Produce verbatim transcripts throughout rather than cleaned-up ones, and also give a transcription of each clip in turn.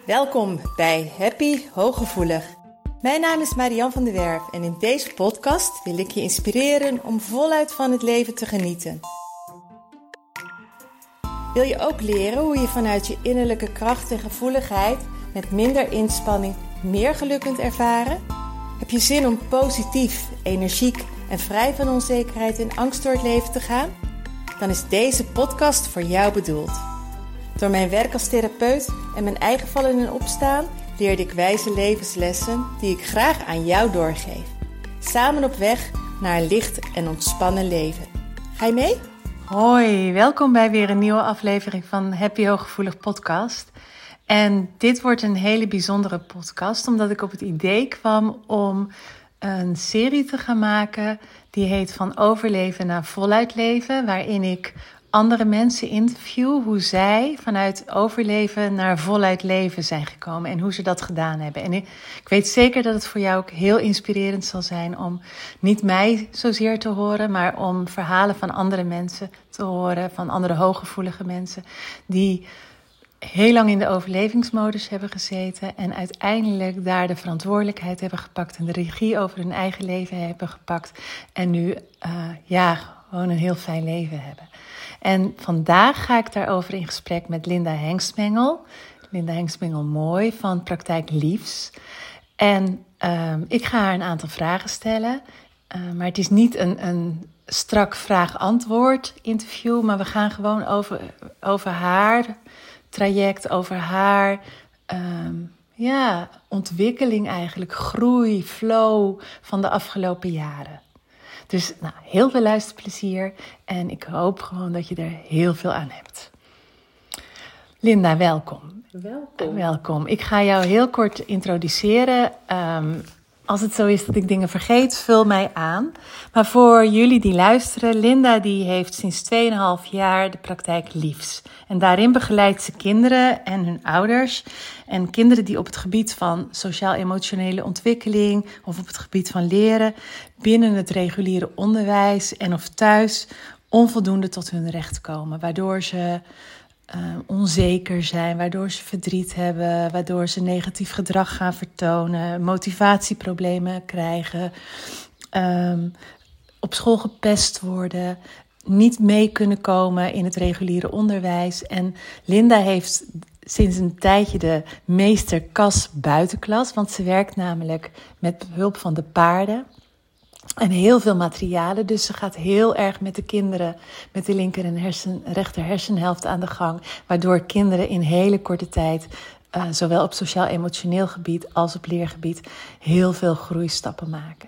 Welkom bij Happy Hooggevoelig. Mijn naam is Marianne van der Werf en in deze podcast wil ik je inspireren om voluit van het leven te genieten. Wil je ook leren hoe je vanuit je innerlijke kracht en gevoeligheid met minder inspanning meer geluk kunt ervaren? Heb je zin om positief, energiek en vrij van onzekerheid en angst door het leven te gaan? Dan is deze podcast voor jou bedoeld. Door mijn werk als therapeut en mijn eigen vallen en opstaan leerde ik wijze levenslessen die ik graag aan jou doorgeef. Samen op weg naar een licht en ontspannen leven. Ga je mee? Hoi, welkom bij weer een nieuwe aflevering van Happy Hooggevoelig podcast. En dit wordt een hele bijzondere podcast, omdat ik op het idee kwam om een serie te gaan maken die heet Van Overleven naar Voluit Leven, waarin ik andere mensen interview hoe zij vanuit overleven naar voluit leven zijn gekomen en hoe ze dat gedaan hebben. En ik, ik weet zeker dat het voor jou ook heel inspirerend zal zijn om niet mij zozeer te horen, maar om verhalen van andere mensen te horen, van andere hooggevoelige mensen die heel lang in de overlevingsmodus hebben gezeten en uiteindelijk daar de verantwoordelijkheid hebben gepakt en de regie over hun eigen leven hebben gepakt en nu uh, ja, gewoon een heel fijn leven hebben. En vandaag ga ik daarover in gesprek met Linda Hengstmengel. Linda Hengstmengel Mooi van Praktijk Liefs. En uh, ik ga haar een aantal vragen stellen. Uh, maar het is niet een, een strak vraag-antwoord interview. Maar we gaan gewoon over, over haar traject, over haar um, ja, ontwikkeling eigenlijk. Groei, flow van de afgelopen jaren. Dus nou, heel veel luisterplezier en ik hoop gewoon dat je er heel veel aan hebt. Linda, welkom. Welkom. Welkom. Ik ga jou heel kort introduceren. Um, als het zo is dat ik dingen vergeet, vul mij aan. Maar voor jullie die luisteren, Linda die heeft sinds twee komma vijf jaar de praktijk Liefs. En daarin begeleidt ze kinderen en hun ouders. En kinderen die op het gebied van sociaal-emotionele ontwikkeling of op het gebied van leren binnen het reguliere onderwijs en of thuis onvoldoende tot hun recht komen. Waardoor ze uh, onzeker zijn, waardoor ze verdriet hebben, waardoor ze negatief gedrag gaan vertonen, motivatieproblemen krijgen, um, op school gepest worden, niet mee kunnen komen in het reguliere onderwijs. En Linda heeft sinds een tijdje de meester Kas buitenklas, want ze werkt namelijk met behulp van de paarden en heel veel materialen. Dus ze gaat heel erg met de kinderen met de linker en hersen, rechter hersenhelft aan de gang, waardoor kinderen in hele korte tijd, uh, zowel op sociaal-emotioneel gebied als op leergebied, heel veel groeistappen maken.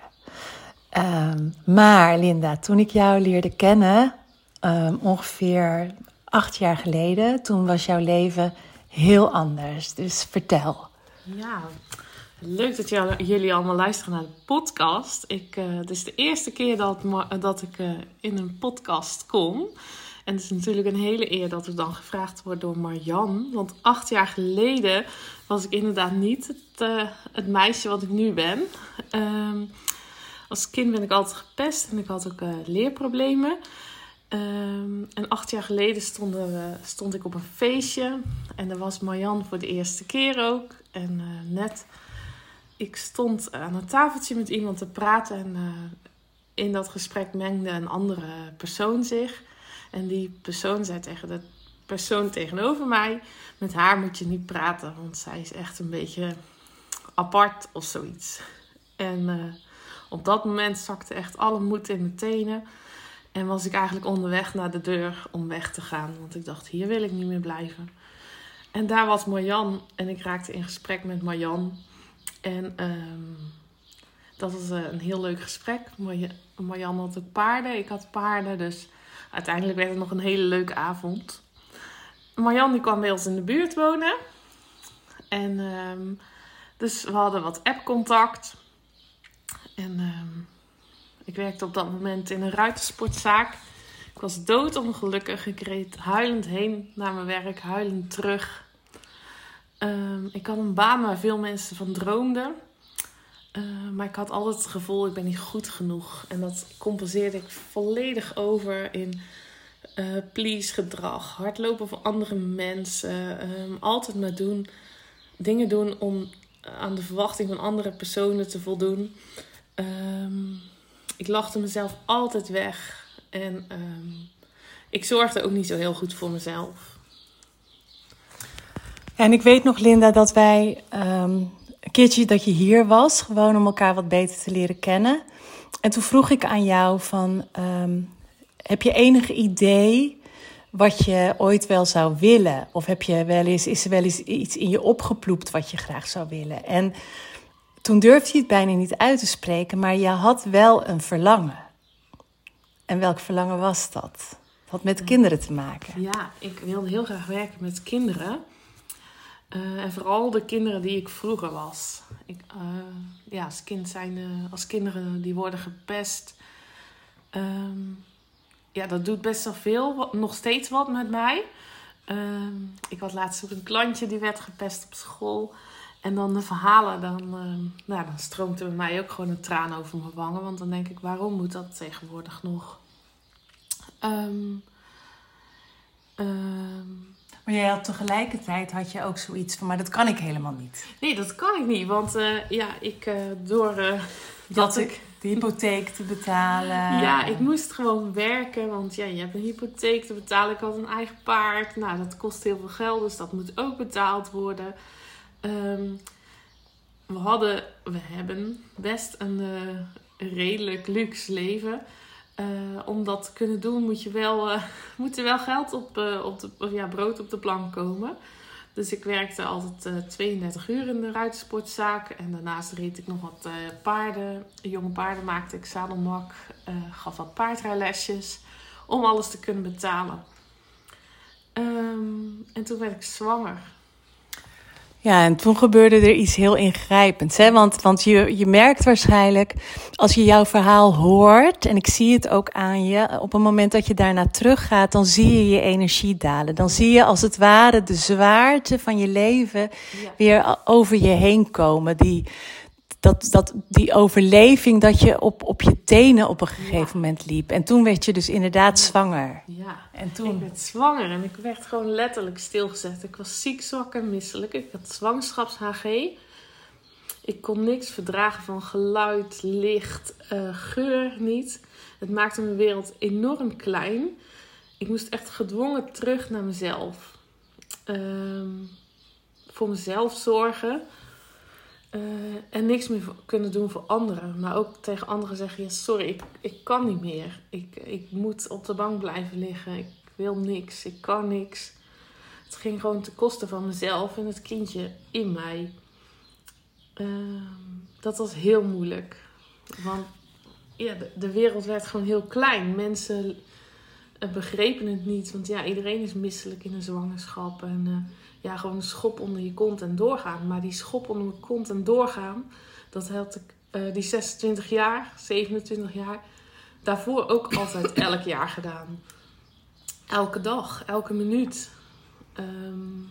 Um, maar Linda, toen ik jou leerde kennen, um, ongeveer acht jaar geleden, toen was jouw leven heel anders. Dus vertel. Ja, leuk dat jullie allemaal luisteren naar de podcast. Ik, uh, het is de eerste keer dat, dat ik uh, in een podcast kom. En het is natuurlijk een hele eer dat ik dan gevraagd word door Marianne. Want acht jaar geleden was ik inderdaad niet het, uh, het meisje wat ik nu ben. Um, als kind ben ik altijd gepest en ik had ook uh, leerproblemen. Um, en acht jaar geleden stond, er, uh, stond ik op een feestje. En daar was Marianne voor de eerste keer ook. En uh, net, ik stond aan een tafeltje met iemand te praten. En uh, in dat gesprek mengde een andere persoon zich. En die persoon zei tegen de persoon tegenover mij: met haar moet je niet praten, want zij is echt een beetje apart of zoiets. En uh, op dat moment zakte echt alle moed in mijn tenen. En was ik eigenlijk onderweg naar de deur om weg te gaan. Want ik dacht, hier wil ik niet meer blijven. En daar was Marianne. En ik raakte in gesprek met Marianne. En um, dat was een heel leuk gesprek. Marianne had ook paarden. Ik had paarden. Dus uiteindelijk werd het nog een hele leuke avond. Marianne die kwam bij ons in de buurt wonen. En um, dus we hadden wat app-contact. En Um, Ik werkte op dat moment in een ruitersportzaak. Ik was doodongelukkig. Ik reed huilend heen naar mijn werk, huilend terug. Um, ik had een baan waar veel mensen van droomden. Uh, maar ik had altijd het gevoel, ik ben niet goed genoeg. En dat compenseerde ik volledig over in uh, please gedrag. Hardlopen voor andere mensen. Um, altijd maar doen dingen doen om aan de verwachting van andere personen te voldoen. Um, ik lachte mezelf altijd weg. En um, ik zorgde ook niet zo heel goed voor mezelf. En ik weet nog, Linda, dat wij um, een keertje dat je hier was, gewoon om elkaar wat beter te leren kennen. En toen vroeg ik aan jou van, um, heb je enig idee wat je ooit wel zou willen? Of heb je wel eens, is er wel eens iets in je opgeploept wat je graag zou willen? En toen durfde je het bijna niet uit te spreken, maar je had wel een verlangen. En welk verlangen was dat? Het had met kinderen te maken. Ja, ik wilde heel graag werken met kinderen. Uh, en vooral de kinderen die ik vroeger was. Ik, uh, ja, als kind zijn, uh, als kinderen die worden gepest. Um, ja, dat doet best wel veel. Wat, nog steeds wat met mij. Um, ik had laatst ook een klantje die werd gepest op school. En dan de verhalen, dan, uh, nou, dan stroomt er bij mij ook gewoon een traan over mijn wangen. Want dan denk ik, waarom moet dat tegenwoordig nog? Um, um, Maar jij had tegelijkertijd had je ook zoiets van, maar dat kan ik helemaal niet. Nee, dat kan ik niet. Want uh, ja, ik uh, door uh, dat ik de hypotheek te betalen. Ja, ik moest gewoon werken. Want ja, je hebt een hypotheek te betalen. Ik had een eigen paard. Nou, dat kost heel veel geld. Dus dat moet ook betaald worden. Um, we hadden, we hebben best een uh, redelijk luxe leven. Uh, om dat te kunnen doen moet, je wel, uh, moet er wel geld op, uh, op de, of ja, brood op de plank komen. Dus ik werkte altijd uh, tweeëndertig uur in de ruitersportzaak. En daarnaast reed ik nog wat uh, paarden. Jonge paarden maakte ik zadelmak. Uh, gaf wat paardrijlesjes. Om alles te kunnen betalen. Um, en toen werd ik zwanger. Ja, en toen gebeurde er iets heel ingrijpends. Hè? Want, want je, je merkt waarschijnlijk, als je jouw verhaal hoort, en ik zie het ook aan je, op het moment dat je daarna teruggaat, dan zie je je energie dalen. Dan zie je als het ware de zwaarte van je leven ja. weer over je heen komen. Die, dat, dat, die overleving dat je op, op je tenen op een gegeven ja. moment liep. En toen werd je dus inderdaad ja. zwanger. Ja, en toen... ik werd zwanger en ik werd gewoon letterlijk stilgezet. Ik was ziek, zwak en misselijk. Ik had zwangerschaps-H G. Ik kon niks verdragen van geluid, licht, uh, geur niet. Het maakte mijn wereld enorm klein. Ik moest echt gedwongen terug naar mezelf. Um, voor mezelf zorgen. Uh, en niks meer kunnen doen voor anderen. Maar ook tegen anderen zeggen, ja, sorry, ik, ik kan niet meer. Ik, ik moet op de bank blijven liggen. Ik wil niks. Ik kan niks. Het ging gewoon ten koste van mezelf en het kindje in mij. Uh, dat was heel moeilijk. Want ja, de, de wereld werd gewoon heel klein. Mensen uh, begrepen het niet. Want ja, iedereen is misselijk in een zwangerschap. En uh, ja, gewoon een schop onder je kont en doorgaan. Maar die schop onder mijn kont en doorgaan, dat had ik uh, die zesentwintig jaar, zevenentwintig jaar, daarvoor ook altijd elk jaar gedaan. Elke dag, elke minuut. Um,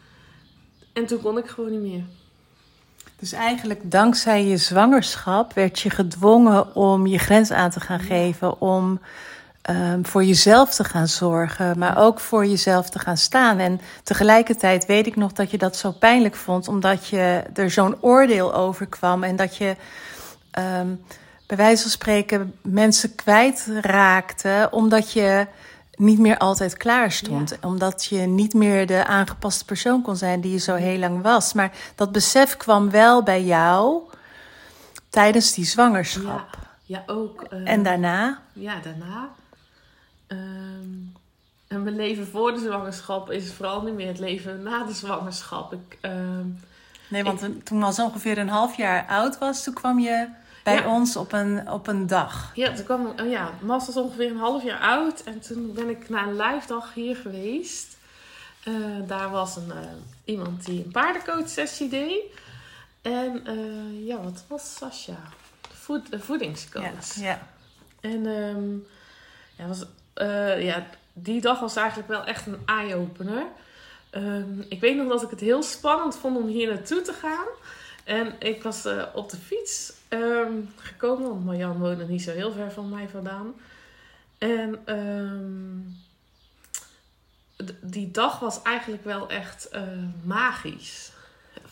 en toen kon ik gewoon niet meer. Dus eigenlijk dankzij je zwangerschap werd je gedwongen om je grens aan te gaan geven, om um, voor jezelf te gaan zorgen, maar ook voor jezelf te gaan staan. En tegelijkertijd weet ik nog dat je dat zo pijnlijk vond, omdat je er zo'n oordeel over kwam en dat je um, bij wijze van spreken mensen kwijtraakte, omdat je niet meer altijd klaar stond. Ja. Omdat je niet meer de aangepaste persoon kon zijn die je zo heel lang was. Maar dat besef kwam wel bij jou tijdens die zwangerschap. Ja, ja ook. Uh, en daarna? Ja, daarna. Um, en mijn leven voor de zwangerschap is vooral niet meer het leven na de zwangerschap. Ik, um, nee, want ik, toen Mas ongeveer een half jaar oud was, toen kwam je bij ja. ons op een, op een dag. Ja, toen kwam uh, ja, Mas was ongeveer een half jaar oud. En toen ben ik naar een live dag hier geweest. Uh, daar was een, uh, iemand die een paardencoach sessie deed. En uh, ja, wat was Sascha? Voed, uh, voedingscoach. Ja, ja. En um, ja, was, uh, ja, die dag was eigenlijk wel echt een eye-opener. Um, ik weet nog dat ik het heel spannend vond om hier naartoe te gaan. En ik was uh, op de fiets um, gekomen, want Marjan woonde niet zo heel ver van mij vandaan. En um, d- die dag was eigenlijk wel echt uh, magisch.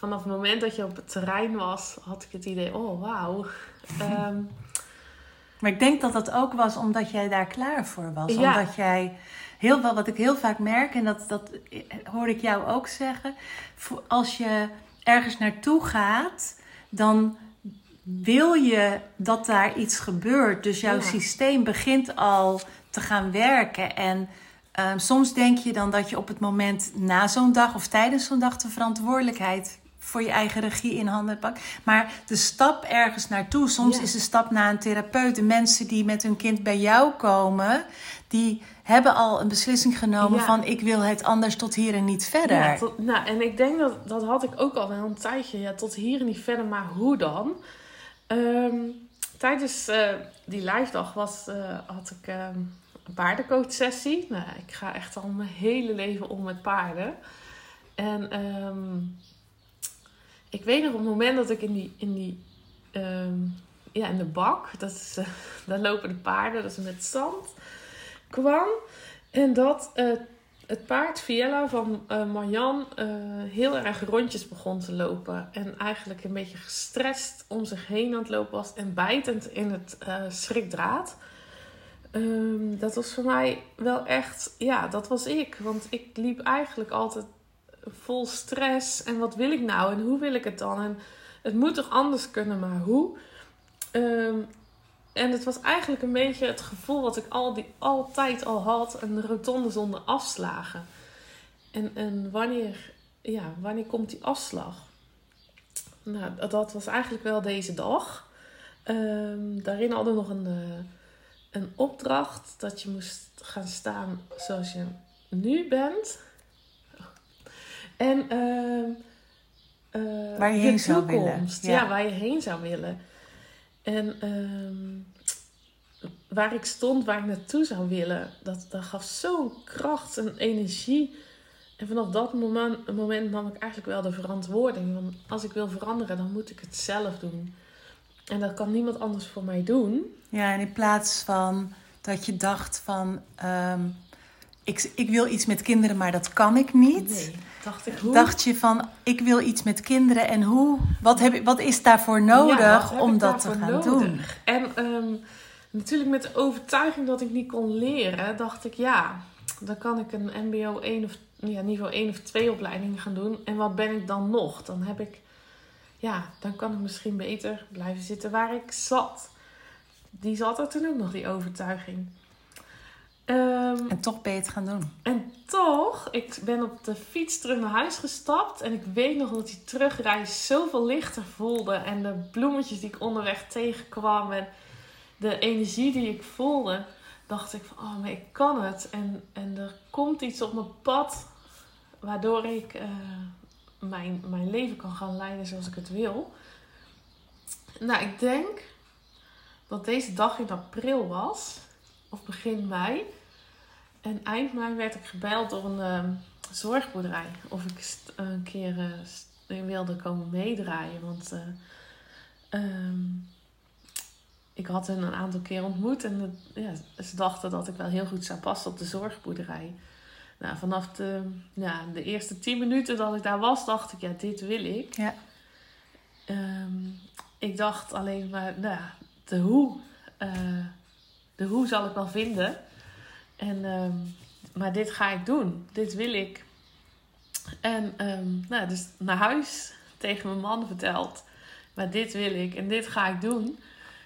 vanaf het moment dat je op het terrein was, had ik het idee, oh wauw. Um, maar ik denk dat dat ook was omdat jij daar klaar voor was. Ja. Omdat jij, heel wel, wat ik heel vaak merk, en dat, dat hoor ik jou ook zeggen. Als je ergens naartoe gaat, dan wil je dat daar iets gebeurt. Dus jouw Ja. systeem begint al te gaan werken. En um, soms denk je dan dat je op het moment na zo'n dag of tijdens zo'n dag de verantwoordelijkheid voor je eigen regie in handen pakt. Maar de stap ergens naartoe, soms Ja. is de stap naar een therapeut. De mensen die met hun kind bij jou komen, die hebben al een beslissing genomen Ja. van ik wil het anders tot hier en niet verder. Ja, tot, nou, en ik denk dat, dat had ik ook al wel een tijdje. Ja, tot hier en niet verder, maar hoe dan? Um, tijdens uh, die live dag was, uh, had ik um, een paardencoach sessie. Nou, ik ga echt al mijn hele leven om met paarden. En um, ik weet nog op het moment dat ik in die, in die um, ja, in de bak, dat is, uh, daar lopen de paarden, dat is met zand, kwam. En dat uh, het paard Fiella van uh, Marjan uh, heel erg rondjes begon te lopen. En eigenlijk een beetje gestrest om zich heen aan het lopen was. En bijtend in het uh, schrikdraad. Um, dat was voor mij wel echt, ja, dat was ik. Want ik liep eigenlijk altijd vol stress. En wat wil ik nou? En hoe wil ik het dan? En het moet toch anders kunnen, maar hoe? Um, En het was eigenlijk een beetje het gevoel wat ik al die, altijd al had. Een rotonde zonder afslagen. En, en wanneer, ja, wanneer komt die afslag? Nou, dat was eigenlijk wel deze dag. Um, daarin hadden we nog een, uh, een opdracht. Dat je moest gaan staan zoals je nu bent. En uh, uh, waar je heen zou willen. Ja. ja, waar je heen zou willen. En um, waar ik stond, waar ik naartoe zou willen, dat, dat gaf zo'n kracht en energie. En vanaf dat moment, moment nam ik eigenlijk wel de verantwoording. Want als ik wil veranderen, dan moet ik het zelf doen. En dat kan niemand anders voor mij doen. Ja, en in plaats van dat je dacht van, um, ik, ik wil iets met kinderen, maar dat kan ik niet. Nee, dacht ik, hoe? Dacht je van, ik wil iets met kinderen en hoe? Wat, heb ik, wat is daarvoor nodig ja, om dat te gaan nodig? doen? En um, natuurlijk met de overtuiging dat ik niet kon leren, dacht ik, ja, dan kan ik een M B O één of ja, niveau één of twee opleiding gaan doen. En wat ben ik dan nog? Dan heb ik, ja, dan kan ik misschien beter blijven zitten waar ik zat. Die zat er toen ook nog, die overtuiging. Um, en toch ben je het gaan doen. En toch, ik ben op de fiets terug naar huis gestapt. En ik weet nog dat die terugreis zoveel lichter voelde. En de bloemetjes die ik onderweg tegenkwam. En de energie die ik voelde. Dacht ik van, oh, maar ik kan het. En, en er komt iets op mijn pad. Waardoor ik uh, mijn, mijn leven kan gaan leiden zoals ik het wil. Nou, ik denk dat deze dag in april was. Of begin mei. En eind mei werd ik gebeld door een uh, zorgboerderij. Of ik st- een keer uh, wilde komen meedraaien. Want uh, um, ik had hen een aantal keer ontmoet. En de, ja, ze dachten dat ik wel heel goed zou passen op de zorgboerderij. Nou, vanaf de, ja, de eerste tien minuten dat ik daar was, dacht ik, ja, dit wil ik. Ja. Um, ik dacht alleen maar, nou ja, de hoe... Uh, De hoe zal ik wel vinden. En, um, maar dit ga ik doen. Dit wil ik. En um, nou, dus naar huis tegen mijn man verteld. Maar dit wil ik. En dit ga ik doen.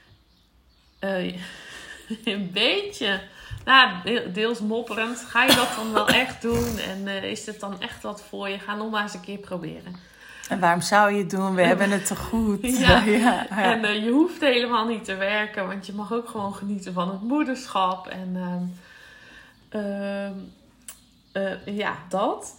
Uh, een beetje. Nou, deels mopperend. Ga je dat dan wel echt doen? En uh, is dit dan echt wat voor je? Ga nog maar eens een keer proberen. En waarom zou je het doen? We hebben het te goed. Ja. ja, ja. En uh, je hoeft helemaal niet te werken. Want je mag ook gewoon genieten van het moederschap. En uh, uh, uh, ja, dat.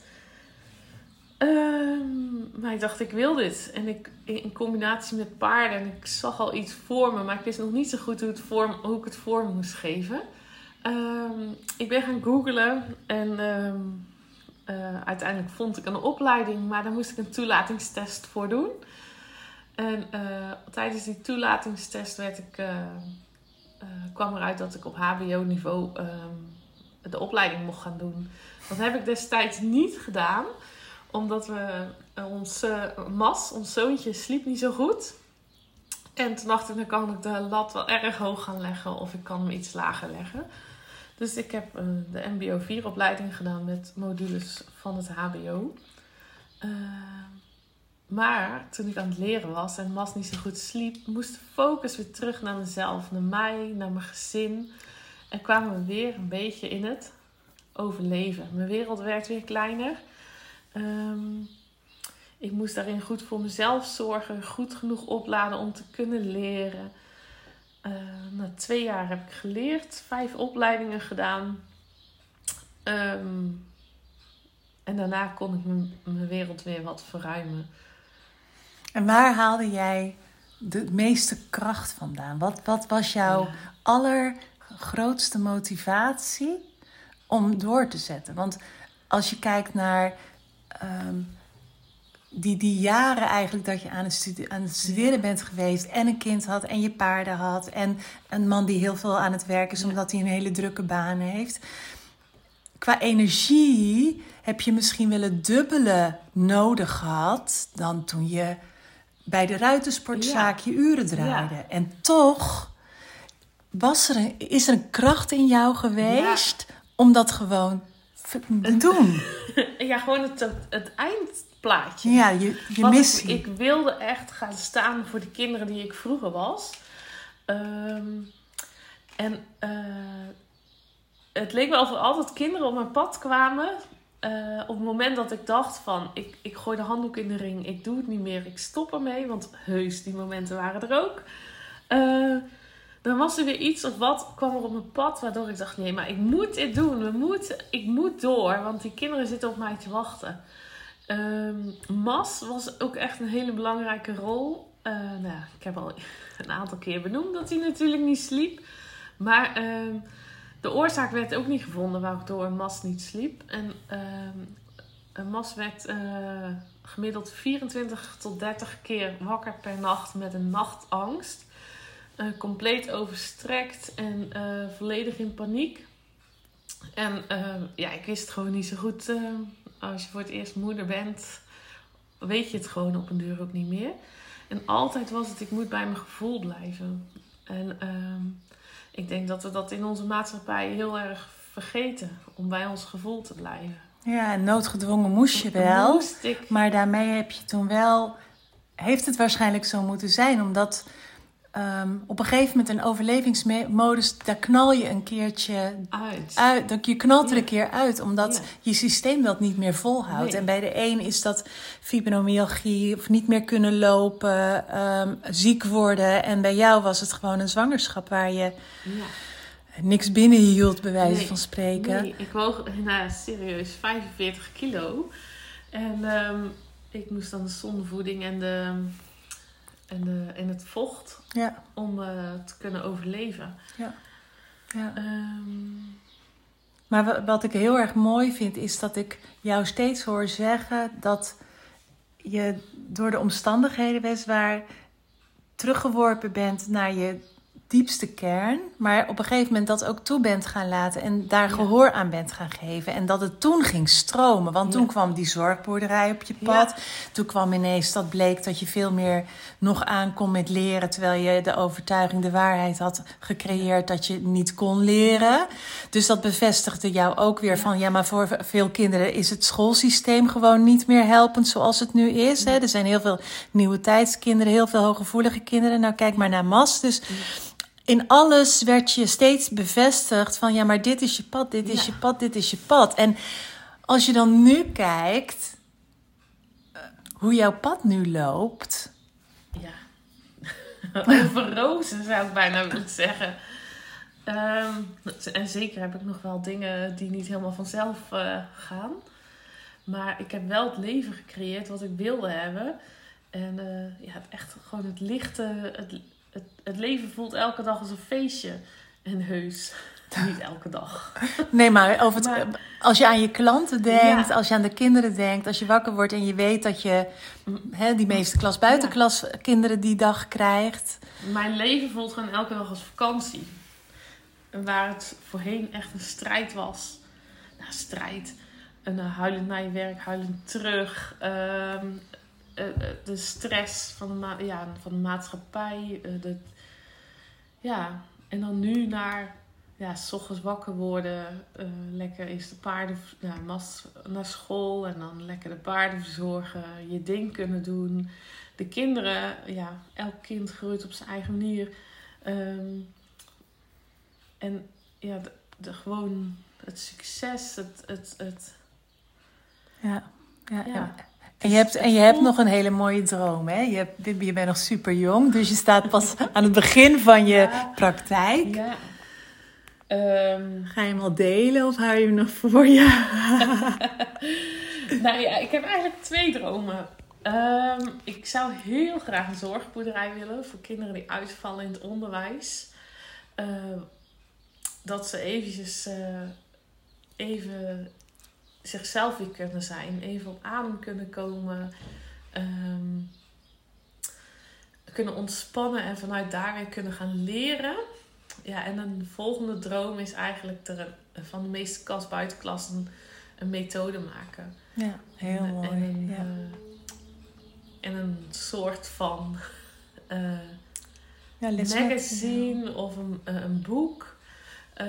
Uh, maar ik dacht, ik wil dit. En ik, in combinatie met paarden. En ik zag al iets voor me. Maar ik wist nog niet zo goed hoe, het vorm, hoe ik het vorm moest geven. Uh, ik ben gaan googlen. En... Uh, Uh, uiteindelijk vond ik een opleiding, maar daar moest ik een toelatingstest voor doen. En uh, tijdens die toelatingstest werd ik, uh, uh, kwam eruit dat ik op H B O-niveau uh, de opleiding mocht gaan doen. Dat heb ik destijds niet gedaan, Omdat we, ons uh, Mas, ons zoontje, sliep niet zo goed. En toen dacht ik, dan kan ik de lat wel erg hoog gaan leggen. Of ik kan hem iets lager leggen. Dus ik heb uh, de M B O vier opleiding gedaan met modules van het H B O. Uh, maar toen ik aan het leren was en Mas niet zo goed sliep, moest de focus weer terug naar mezelf, naar mij, naar mijn gezin. En kwamen we weer een beetje in het overleven. Mijn wereld werd weer kleiner. Um, ik moest daarin goed voor mezelf zorgen, goed genoeg opladen om te kunnen leren. Uh, na twee jaar heb ik geleerd, vijf opleidingen gedaan. Um, en daarna kon ik m- mijn wereld weer wat verruimen. En waar haalde jij de meeste kracht vandaan? Wat, wat was jouw ja. allergrootste motivatie om door te zetten? Want als je kijkt naar um, die, die jaren eigenlijk dat je aan het, studeren, aan het studeren bent geweest en een kind had en je paarden had en een man die heel veel aan het werk is omdat hij een hele drukke baan heeft. Qua energie heb je misschien wel het dubbele nodig gehad dan toen je bij de ruitensportzaak je uren draaide. Ja. En toch was er een, is er een kracht in jou geweest ja. om dat gewoon te doen. Ja, gewoon het, het eindplaatje. Ja, je, je missie. Ik, ik wilde echt gaan staan voor de kinderen die ik vroeger was. Um, en uh, het leek wel of er altijd kinderen op mijn pad kwamen. Uh, op het moment dat ik dacht van, ik, ik gooi de handdoek in de ring, ik doe het niet meer, ik stop ermee. Want heus, die momenten waren er ook. Uh, dan was er weer iets of wat kwam er op mijn pad, waardoor ik dacht, nee, maar ik moet dit doen. We moeten, ik moet door, want die kinderen zitten op mij te wachten. Uh, Mas was ook echt een hele belangrijke rol. Uh, nou, ik heb al een aantal keer benoemd dat hij natuurlijk niet sliep. Maar uh, de oorzaak werd ook niet gevonden waardoor Mas niet sliep. En uh, Mas werd uh, gemiddeld vierentwintig tot dertig keer wakker per nacht met een nachtangst. Uh, compleet overstrekt en uh, volledig in paniek. En uh, ja, ik wist gewoon niet zo goed. Uh, als je voor het eerst moeder bent, weet je het gewoon op een duur ook niet meer. En altijd was het, ik moet bij mijn gevoel blijven. En uh, ik denk dat we dat in onze maatschappij heel erg vergeten. Om bij ons gevoel te blijven. Ja, noodgedwongen moest je wel. Moest ik. Maar daarmee heb je toen wel, heeft het waarschijnlijk zo moeten zijn. Omdat um, op een gegeven moment een overlevingsmodus, daar knal je een keertje uit. uit. Je knalt er ja. een keer uit, omdat ja. je systeem dat niet meer volhoudt. Nee. En bij de een is dat fibromyalgie, of niet meer kunnen lopen, um, ziek worden. En bij jou was het gewoon een zwangerschap waar je ja. niks binnenhield, bij wijze nee. van spreken. Nee, ik woog nou, serieus vijfenveertig kilo. En um, ik moest dan de zondevoeding en de... En, de, en het vocht ja. om uh, te kunnen overleven. Ja. Ja. Um... Maar wat ik heel erg mooi vind, is dat ik jou steeds hoor zeggen dat je door de omstandigheden weliswaar teruggeworpen bent naar je diepste kern, maar op een gegeven moment dat ook toe bent gaan laten en daar ja. gehoor aan bent gaan geven. En dat het toen ging stromen, want ja. toen kwam die zorgboerderij op je pad. Ja. Toen kwam ineens dat bleek dat je veel meer nog aan kon met leren, terwijl je de overtuiging, de waarheid had gecreëerd dat je niet kon leren. Dus dat bevestigde jou ook weer ja. van, ja, maar voor veel kinderen is het schoolsysteem gewoon niet meer helpend zoals het nu is. Ja. Hè? Er zijn heel veel nieuwe tijdskinderen, heel veel hooggevoelige kinderen. Nou, kijk maar naar Mas. Dus ja. in alles werd je steeds bevestigd van, ja, maar dit is je pad, dit is ja. je pad, dit is je pad. En als je dan nu kijkt uh, hoe jouw pad nu loopt. Ja, over rozen zou ik bijna willen zeggen. Um, en zeker heb ik nog wel dingen die niet helemaal vanzelf uh, gaan. Maar ik heb wel het leven gecreëerd wat ik wilde hebben. En uh, ja, echt gewoon het lichte... Het, Het, het leven voelt elke dag als een feestje. En heus, niet elke dag. Nee, maar, over het, maar als je aan je klanten denkt, ja. als je aan de kinderen denkt, als je wakker wordt en je weet dat je he, die meeste klas buitenklas ja. kinderen die dag krijgt. Mijn leven voelt gewoon elke dag als vakantie. En waar het voorheen echt een strijd was. Nou, strijd. En uh, huilend naar je werk, huilend terug. Um, uh, de stress van de, ma- ja, van de maatschappij. Uh, de, ja, en dan nu naar... Ja, 's ochtends wakker worden. Uh, lekker is de paarden... Ja, mas naar school. En dan lekker de paarden verzorgen. Je ding kunnen doen. De kinderen... Ja, elk kind groeit op zijn eigen manier. Um, en ja, de, de, gewoon het succes. Het... het, het ja, ja, ja. ja. En je hebt, en je hebt nog een hele mooie droom, hè? Je, hebt, je bent nog super jong, dus je staat pas aan het begin van je ja. praktijk. Ja. Um, Ga je hem al delen of hou je hem nog voor je? Nou ja, ik heb eigenlijk twee dromen. Um, ik zou heel graag een zorgboerderij willen voor kinderen die uitvallen in het onderwijs. Uh, dat ze eventjes uh, even zichzelf weer kunnen zijn. Even op adem kunnen komen. Um, kunnen ontspannen en vanuit daar weer kunnen gaan leren. Ja, en een volgende droom is eigenlijk er van de meeste klas buitenklas een, een methode maken. Ja, heel en, mooi. En een, ja. uh, en een soort van uh, ja, magazine met, ja. of een, uh, een boek uh,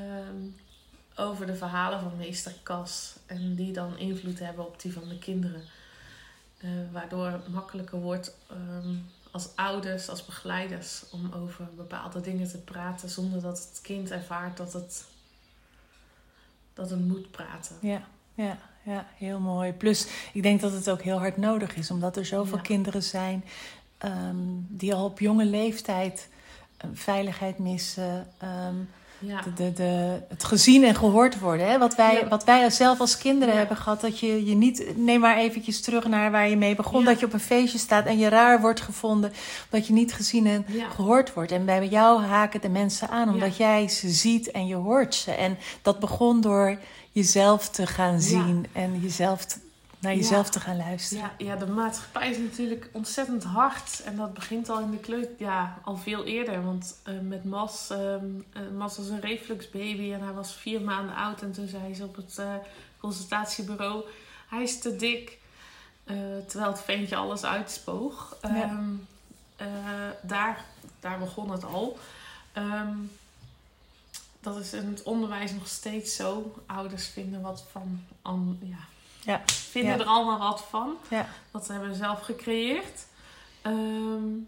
over de verhalen van meester Kas. En die dan invloed hebben op die van de kinderen. Uh, waardoor het makkelijker wordt... Um, als ouders, als begeleiders, om over bepaalde dingen te praten zonder dat het kind ervaart dat het, dat het moet praten. Ja, ja, ja, heel mooi. Plus, ik denk dat het ook heel hard nodig is, omdat er zoveel ja. kinderen zijn um, die al op jonge leeftijd um, veiligheid missen. Um, ja. de, de, de, het gezien en gehoord worden. Hè? Wat, wij, ja. wat wij zelf als kinderen ja. hebben gehad. Dat je je niet, neem maar eventjes terug naar waar je mee begon. Ja. Dat je op een feestje staat en je raar wordt gevonden. Omdat je niet gezien en ja. gehoord wordt. En bij jou haken de mensen aan. Omdat ja. jij ze ziet en je hoort ze. En dat begon door jezelf te gaan zien. Ja. En jezelf te, naar jezelf ja. te gaan luisteren. Ja, ja, de maatschappij is natuurlijk ontzettend hard. En dat begint al in de kleuter, ja, al veel eerder. Want uh, met Mas, um, uh, Mas was een refluxbaby en hij was vier maanden oud. En toen zei ze op het uh, consultatiebureau, hij is te dik. Uh, terwijl het ventje alles uitspoog. Um, ja. uh, daar, daar begon het al. Um, dat is in het onderwijs nog steeds zo. Ouders vinden wat van... Um, ja, Ja. Vinden ja. er allemaal wat van. Ja. Dat hebben we zelf gecreëerd. Um,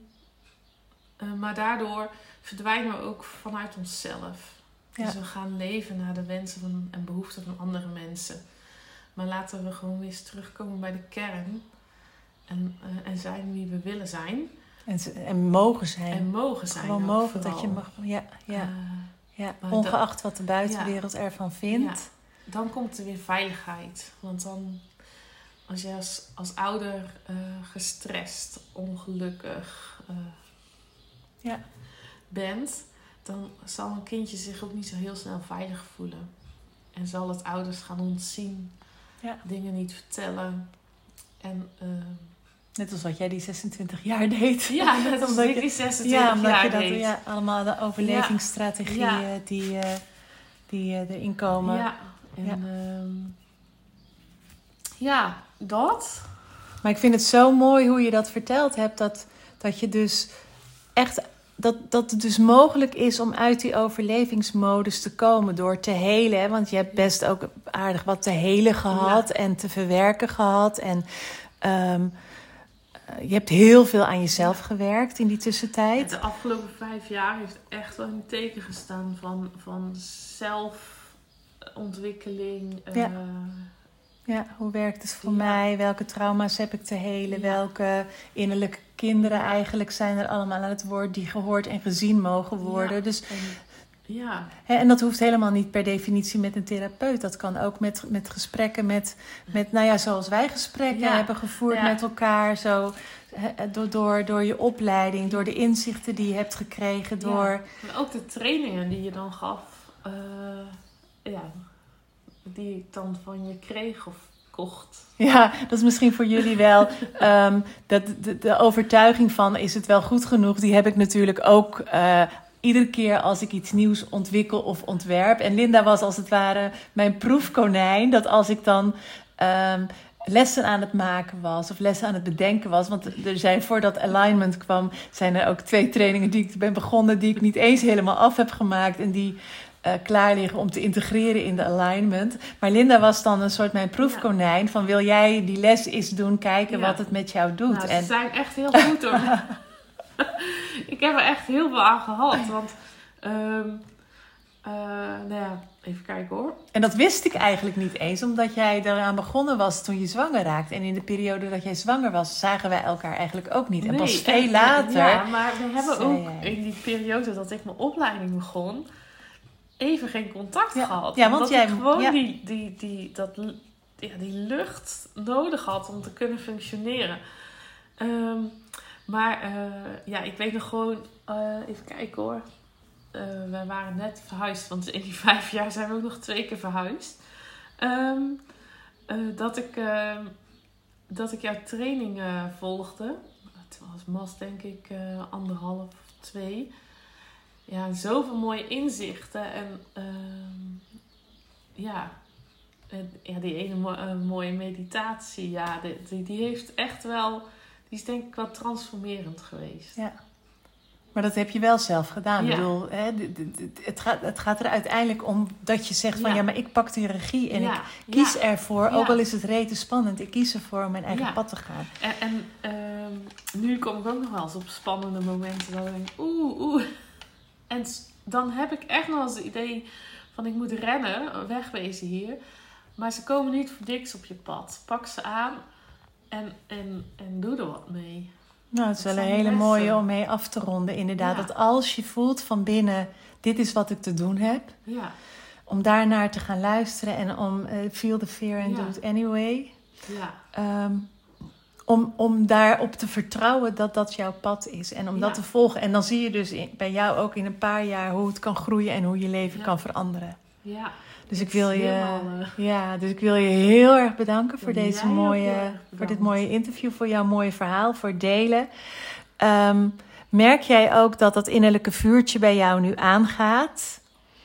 uh, maar daardoor verdwijnen we ook vanuit onszelf. Ja. Dus we gaan leven naar de wensen van, en behoeften van andere mensen. Maar laten we gewoon weer eens terugkomen bij de kern. En, uh, en zijn wie we willen zijn. En, en mogen zijn. En mogen zijn. Gewoon mogen vooral. Dat je mag. Ja, ja. Uh, ja. Ongeacht wat de buitenwereld ja. ervan vindt. Ja. Dan komt er weer veiligheid. Want dan, als je als, als ouder uh, gestrest, ongelukkig uh, ja. bent, dan zal een kindje zich ook niet zo heel snel veilig voelen. En zal het ouders gaan ontzien, ja. dingen niet vertellen. En, uh, net als wat jij die zesentwintig jaar deed. Ja, net als ik die zesentwintig ja, omdat jaar je dat, deed. Ja, allemaal de overlevingsstrategieën ja. Ja. die, uh, die uh, erin komen. Ja. En ja. Um, ja, dat. Maar ik vind het zo mooi hoe je dat verteld hebt. Dat, dat je dus echt... Dat, dat het dus mogelijk is om uit die overlevingsmodus te komen door te helen. Hè? Want je hebt best ook aardig wat te helen gehad ja. en te verwerken gehad. En um, je hebt heel veel aan jezelf ja. gewerkt in die tussentijd. Ja, de afgelopen vijf jaar heeft echt wel een teken gestaan van, van zelfontwikkeling. Ja. Uh, ja, hoe werkt het voor ja. mij? Welke trauma's heb ik te helen? Ja. Welke innerlijke kinderen ja. eigenlijk zijn er allemaal aan het woord die gehoord en gezien mogen worden? Ja. Dus, en, ja. hè, en dat hoeft helemaal niet per definitie met een therapeut. Dat kan ook met, met gesprekken, met, met, nou ja, zoals wij gesprekken ja. hebben gevoerd ja. met elkaar. Zo, hè, door, door, door je opleiding, door de inzichten die je hebt gekregen. Door... Ja. Maar ook de trainingen die je dan gaf. Uh, ja... die ik dan van je kreeg of kocht. Ja, dat is misschien voor jullie wel. um, dat de, de overtuiging van is het wel goed genoeg, die heb ik natuurlijk ook uh, iedere keer als ik iets nieuws ontwikkel of ontwerp. En Linda was als het ware mijn proefkonijn. Dat als ik dan um, lessen aan het maken was of lessen aan het bedenken was. Want er zijn voordat alignment kwam, zijn er ook twee trainingen die ik ben begonnen, die ik niet eens helemaal af heb gemaakt. En die uh, klaar liggen om te integreren in de alignment. Maar Linda was dan een soort mijn proefkonijn. Ja. Van wil jij die les eens doen, kijken ja. wat het met jou doet. Nou, ze en... zijn echt heel goed hoor. Ik heb er echt heel veel aan gehad. Want, um, uh, nou ja, even kijken hoor. En dat wist ik eigenlijk niet eens, omdat jij eraan begonnen was toen je zwanger raakte. En in de periode dat jij zwanger was, zagen wij elkaar eigenlijk ook niet. En nee, pas veel en, later... Ja, maar we hebben ook jij. in die periode dat ik mijn opleiding begon, even geen contact ja. gehad. Ja, want omdat jij... ik gewoon ja. die, die, die, dat, ja, die lucht nodig had om te kunnen functioneren. Um, Maar uh, ja, ik weet nog gewoon... Uh, even kijken hoor. Uh, wij waren net verhuisd. Want in die vijf jaar zijn we ook nog twee keer verhuisd. Um, uh, dat, ik, uh, dat ik jouw training uh, volgde. Het was Mas denk ik uh, anderhalf, twee. Ja, zoveel mooie inzichten. En uh, ja... ja, die ene mo- uh, mooie meditatie. Ja, die, die, die heeft echt wel... Die is denk ik wel transformerend geweest. Ja, maar dat heb je wel zelf gedaan. Ja. Ik bedoel, hè, het, gaat, het gaat er uiteindelijk om dat je zegt van... ja, ja maar ik pak die regie en ja. ik kies ja. ervoor... Ja. ook al is het rete spannend, ik kies ervoor om mijn eigen ja. pad te gaan. En, en um, nu kom ik ook nog wel eens op spannende momenten... dat ik denk, oeh, oeh. En dan heb ik echt nog eens het idee van... ik moet rennen, wegwezen hier. Maar ze komen niet voor niks op je pad. Pak ze aan... En, en, en doe er wat mee. Nou, het is dat wel een hele lessen. mooie om mee af te ronden. Inderdaad, ja. dat als je voelt van binnen... dit is wat ik te doen heb. Ja. Om daarnaar te gaan luisteren. En om uh, feel the fear and ja. do it anyway. Ja. Um, om, om daarop te vertrouwen dat dat jouw pad is. En om ja. dat te volgen. En dan zie je dus in, bij jou ook in een paar jaar... hoe het kan groeien en hoe je leven ja. kan veranderen. Ja. Dus ik, wil je, ja, dus ik wil je heel erg bedanken voor, deze mooie, voor dit mooie interview. Voor jouw mooie verhaal, voor het delen. Um, merk jij ook dat dat innerlijke vuurtje bij jou nu aangaat?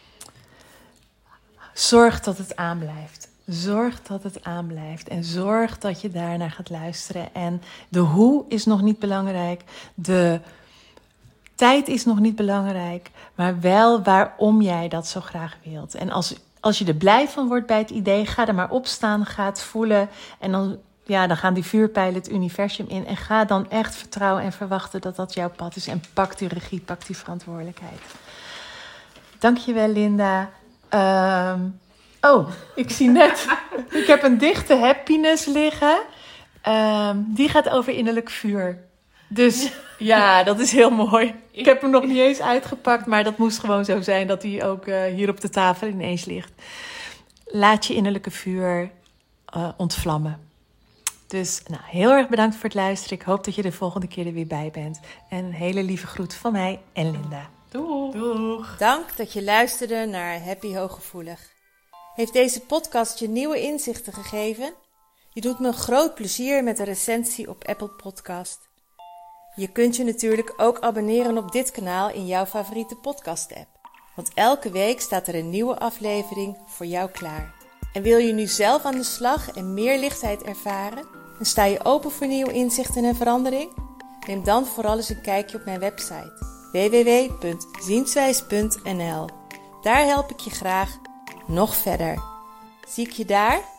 Zorg dat het aanblijft. Zorg dat het aanblijft. En zorg dat je daarnaar gaat luisteren. En de hoe is nog niet belangrijk. De tijd is nog niet belangrijk. Maar wel waarom jij dat zo graag wilt. En als... Als je er blij van wordt bij het idee, ga er maar op staan, ga het voelen. En dan, ja, dan gaan die vuurpijlen het universum in. En ga dan echt vertrouwen en verwachten dat dat jouw pad is. En pak die regie, pak die verantwoordelijkheid. Dankjewel, Linda. Um, oh, ik zie net, ik heb een dichte happiness liggen. Um, die gaat over innerlijk vuur. Dus ja, dat is heel mooi. Ik heb hem nog niet eens uitgepakt, maar dat moest gewoon zo zijn dat hij ook uh, hier op de tafel ineens ligt. Laat je innerlijke vuur uh, ontvlammen. Dus nou, heel erg bedankt voor het luisteren. Ik hoop dat je de volgende keer er weer bij bent. En een hele lieve groet van mij en Linda. Doeg. Doeg. Dank dat je luisterde naar Happy Hooggevoelig. Heeft deze podcast je nieuwe inzichten gegeven? Je doet me een groot plezier met een recensie op Apple Podcast. Je kunt je natuurlijk ook abonneren op dit kanaal in jouw favoriete podcast-app. Want elke week staat er een nieuwe aflevering voor jou klaar. En wil je nu zelf aan de slag en meer lichtheid ervaren? En sta je open voor nieuwe inzichten en verandering? Neem dan vooral eens een kijkje op mijn website w w w punt zienswijs punt n l. Daar help ik je graag nog verder. Zie ik je daar?